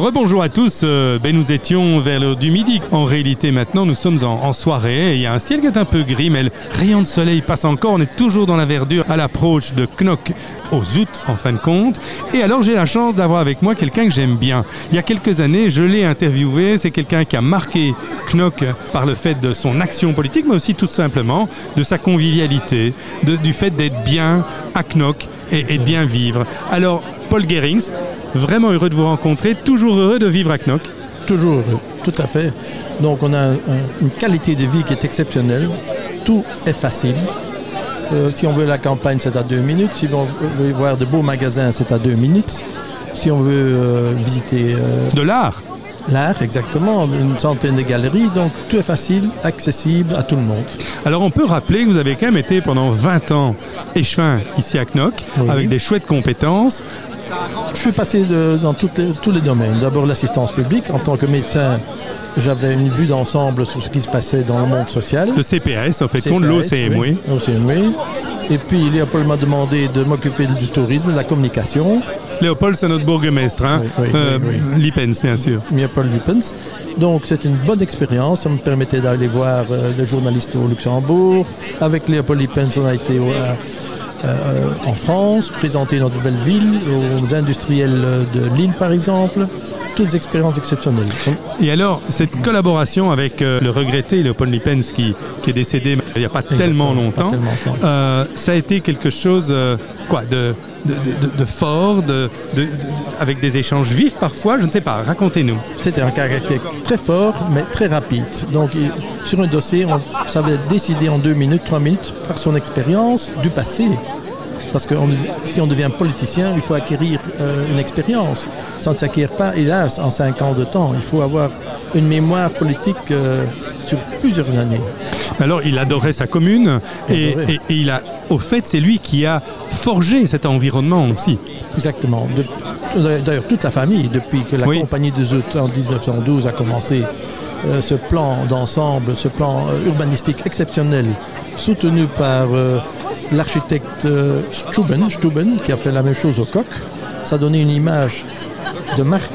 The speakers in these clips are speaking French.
Rebonjour à tous, nous étions vers l'heure du midi. En réalité maintenant nous sommes en soirée, il y a un ciel qui est un peu gris mais le rayon de soleil passe encore, on est toujours dans la verdure à l'approche de Knock au Zout en fin de compte. Et alors j'ai la chance d'avoir avec moi quelqu'un que j'aime bien. Il y a quelques années je l'ai interviewé, c'est quelqu'un qui a marqué Knock par le fait de son action politique mais aussi tout simplement de sa convivialité, du fait d'être bien à Knock et de bien vivre. Alors Paul Geerings, vraiment heureux de vous rencontrer, toujours heureux de vivre à Knock. Toujours heureux, tout à fait. Donc on a une qualité de vie qui est exceptionnelle, tout est facile. Si on veut la campagne, c'est à 2 minutes. Si on veut voir de beaux magasins, c'est à 2 minutes. Si on veut visiter... de l'art. L'art, exactement, une centaine de galeries, donc tout est facile, accessible à tout le monde. Alors on peut rappeler que vous avez quand même été pendant 20 ans échevin ici à Knock, oui, avec des chouettes compétences. Je suis passé dans tous les domaines. D'abord l'assistance publique, en tant que médecin, j'avais une vue d'ensemble sur ce qui se passait dans le monde social. Le CPS, en fait, compte l'OCM, oui. Et puis Léopold m'a demandé de m'occuper du tourisme, de la communication. Léopold, c'est notre bourgmestre, hein? Oui. Lippens, bien sûr. Léopold Lippens. Donc c'est une bonne expérience, ça me permettait d'aller voir les journalistes au Luxembourg. Avec Léopold Lippens, on a été en France, présenter notre belle ville, aux industriels de Lille par exemple. Toutes des expériences exceptionnelles. Et alors, cette collaboration avec le regretté Léopold Lippens qui est décédé il n'y a pas tellement longtemps, ça a été quelque chose de fort, avec des échanges vifs parfois, je ne sais pas, racontez-nous. C'était un caractère très fort, mais très rapide. Donc, sur un dossier, on savait décider en 2 minutes, 3 minutes, par son expérience du passé. Parce que si on devient politicien, il faut acquérir une expérience. Ça ne s'acquiert pas, hélas, en 5 ans de temps. Il faut avoir une mémoire politique sur plusieurs années. Alors, il adorait sa commune et il a, au fait, c'est lui qui a forgé cet environnement aussi. Exactement. D'ailleurs, toute la famille, depuis que la compagnie de Zout en 1912 a commencé ce plan d'ensemble, ce plan urbanistique exceptionnel, soutenu par l'architecte Stuben, qui a fait la même chose au Coq. Ça a donné une image de marque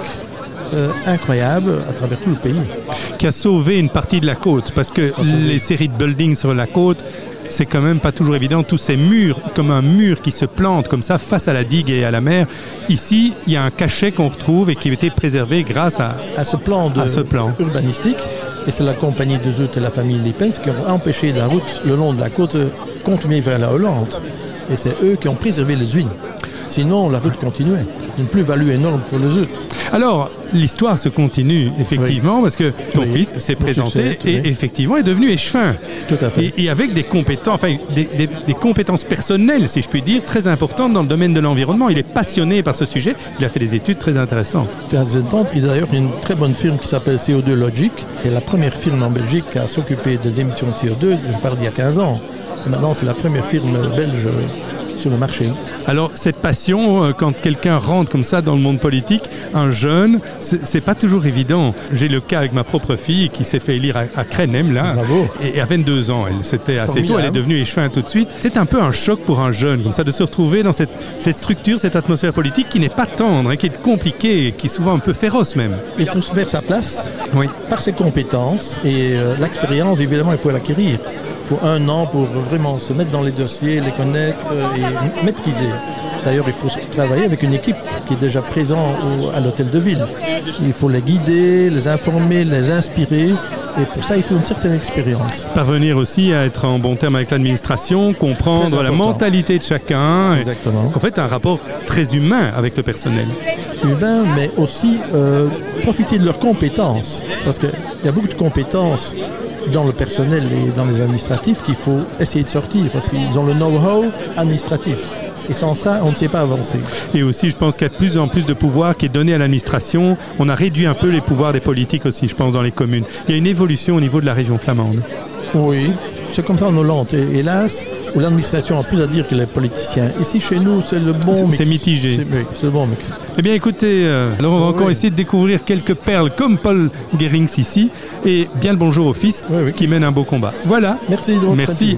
incroyable à travers tout le pays. Qui a sauvé une partie de la côte, parce que les séries de buildings sur la côte, c'est quand même pas toujours évident. Tous ces murs, comme un mur qui se plante comme ça face à la digue et à la mer. Ici, il y a un cachet qu'on retrouve et qui a été préservé grâce à ce plan urbanistique. Et c'est la compagnie de Zout et la famille Lippens qui ont empêché la route le long de la côte continuer vers la Hollande. Et c'est eux qui ont préservé les Zuides. Sinon, la route continuait. Une plus-value énorme pour le Zout. Alors, l'histoire se continue, effectivement, parce que ton fils s'est présenté et effectivement est devenu échevin. Tout à fait. Et avec des compétences, des compétences personnelles, si je puis dire, très importantes dans le domaine de l'environnement. Il est passionné par ce sujet. Il a fait des études très intéressantes. Il a d'ailleurs une très bonne firme qui s'appelle CO2 Logic. C'est la première firme en Belgique à s'occuper des émissions de CO2. Je parle d'il y a 15 ans. Et maintenant, c'est la première firme belge sur le marché. Alors, cette passion, quand quelqu'un rentre comme ça dans le monde politique, un jeune, c'est pas toujours évident. J'ai le cas avec ma propre fille qui s'est fait élire à Crenem, là. Bravo. Et à 22 ans, c'était assez tôt, elle est devenue échevin tout de suite. C'est un peu un choc pour un jeune, comme ça, de se retrouver dans cette structure, cette atmosphère politique qui n'est pas tendre, qui est compliquée, qui est souvent un peu féroce même. Il faut se faire sa place par ses compétences et l'expérience, évidemment, il faut l'acquérir. Il faut 1 an pour vraiment se mettre dans les dossiers, les connaître et maîtriser. D'ailleurs, il faut travailler avec une équipe qui est déjà présente à l'hôtel de ville. Il faut les guider, les informer, les inspirer. Et pour ça, il faut une certaine expérience. Parvenir aussi à être en bon terme avec l'administration, comprendre la mentalité de chacun. Exactement. En fait, un rapport très humain avec le personnel. Humain, mais aussi profiter de leurs compétences. Parce qu'il y a beaucoup de compétences dans le personnel et dans les administratifs qu'il faut essayer de sortir. Parce qu'ils ont le know-how administratif. Et sans ça, on ne sait pas avancer. Et aussi, je pense qu'il y a de plus en plus de pouvoir qui est donné à l'administration. On a réduit un peu les pouvoirs des politiques aussi, je pense, dans les communes. Il y a une évolution au niveau de la région flamande. Oui, c'est comme ça en Hollande. Et hélas, où l'administration a plus à dire que les politiciens. Ici, chez nous, c'est le bon mix. C'est mitigé. C'est le bon mix. Eh bien, écoutez, alors on va encore essayer de découvrir quelques perles comme Paul Geerings ici. Et bien le bonjour au fils qui mène un beau combat. Voilà. Merci. Donc, merci.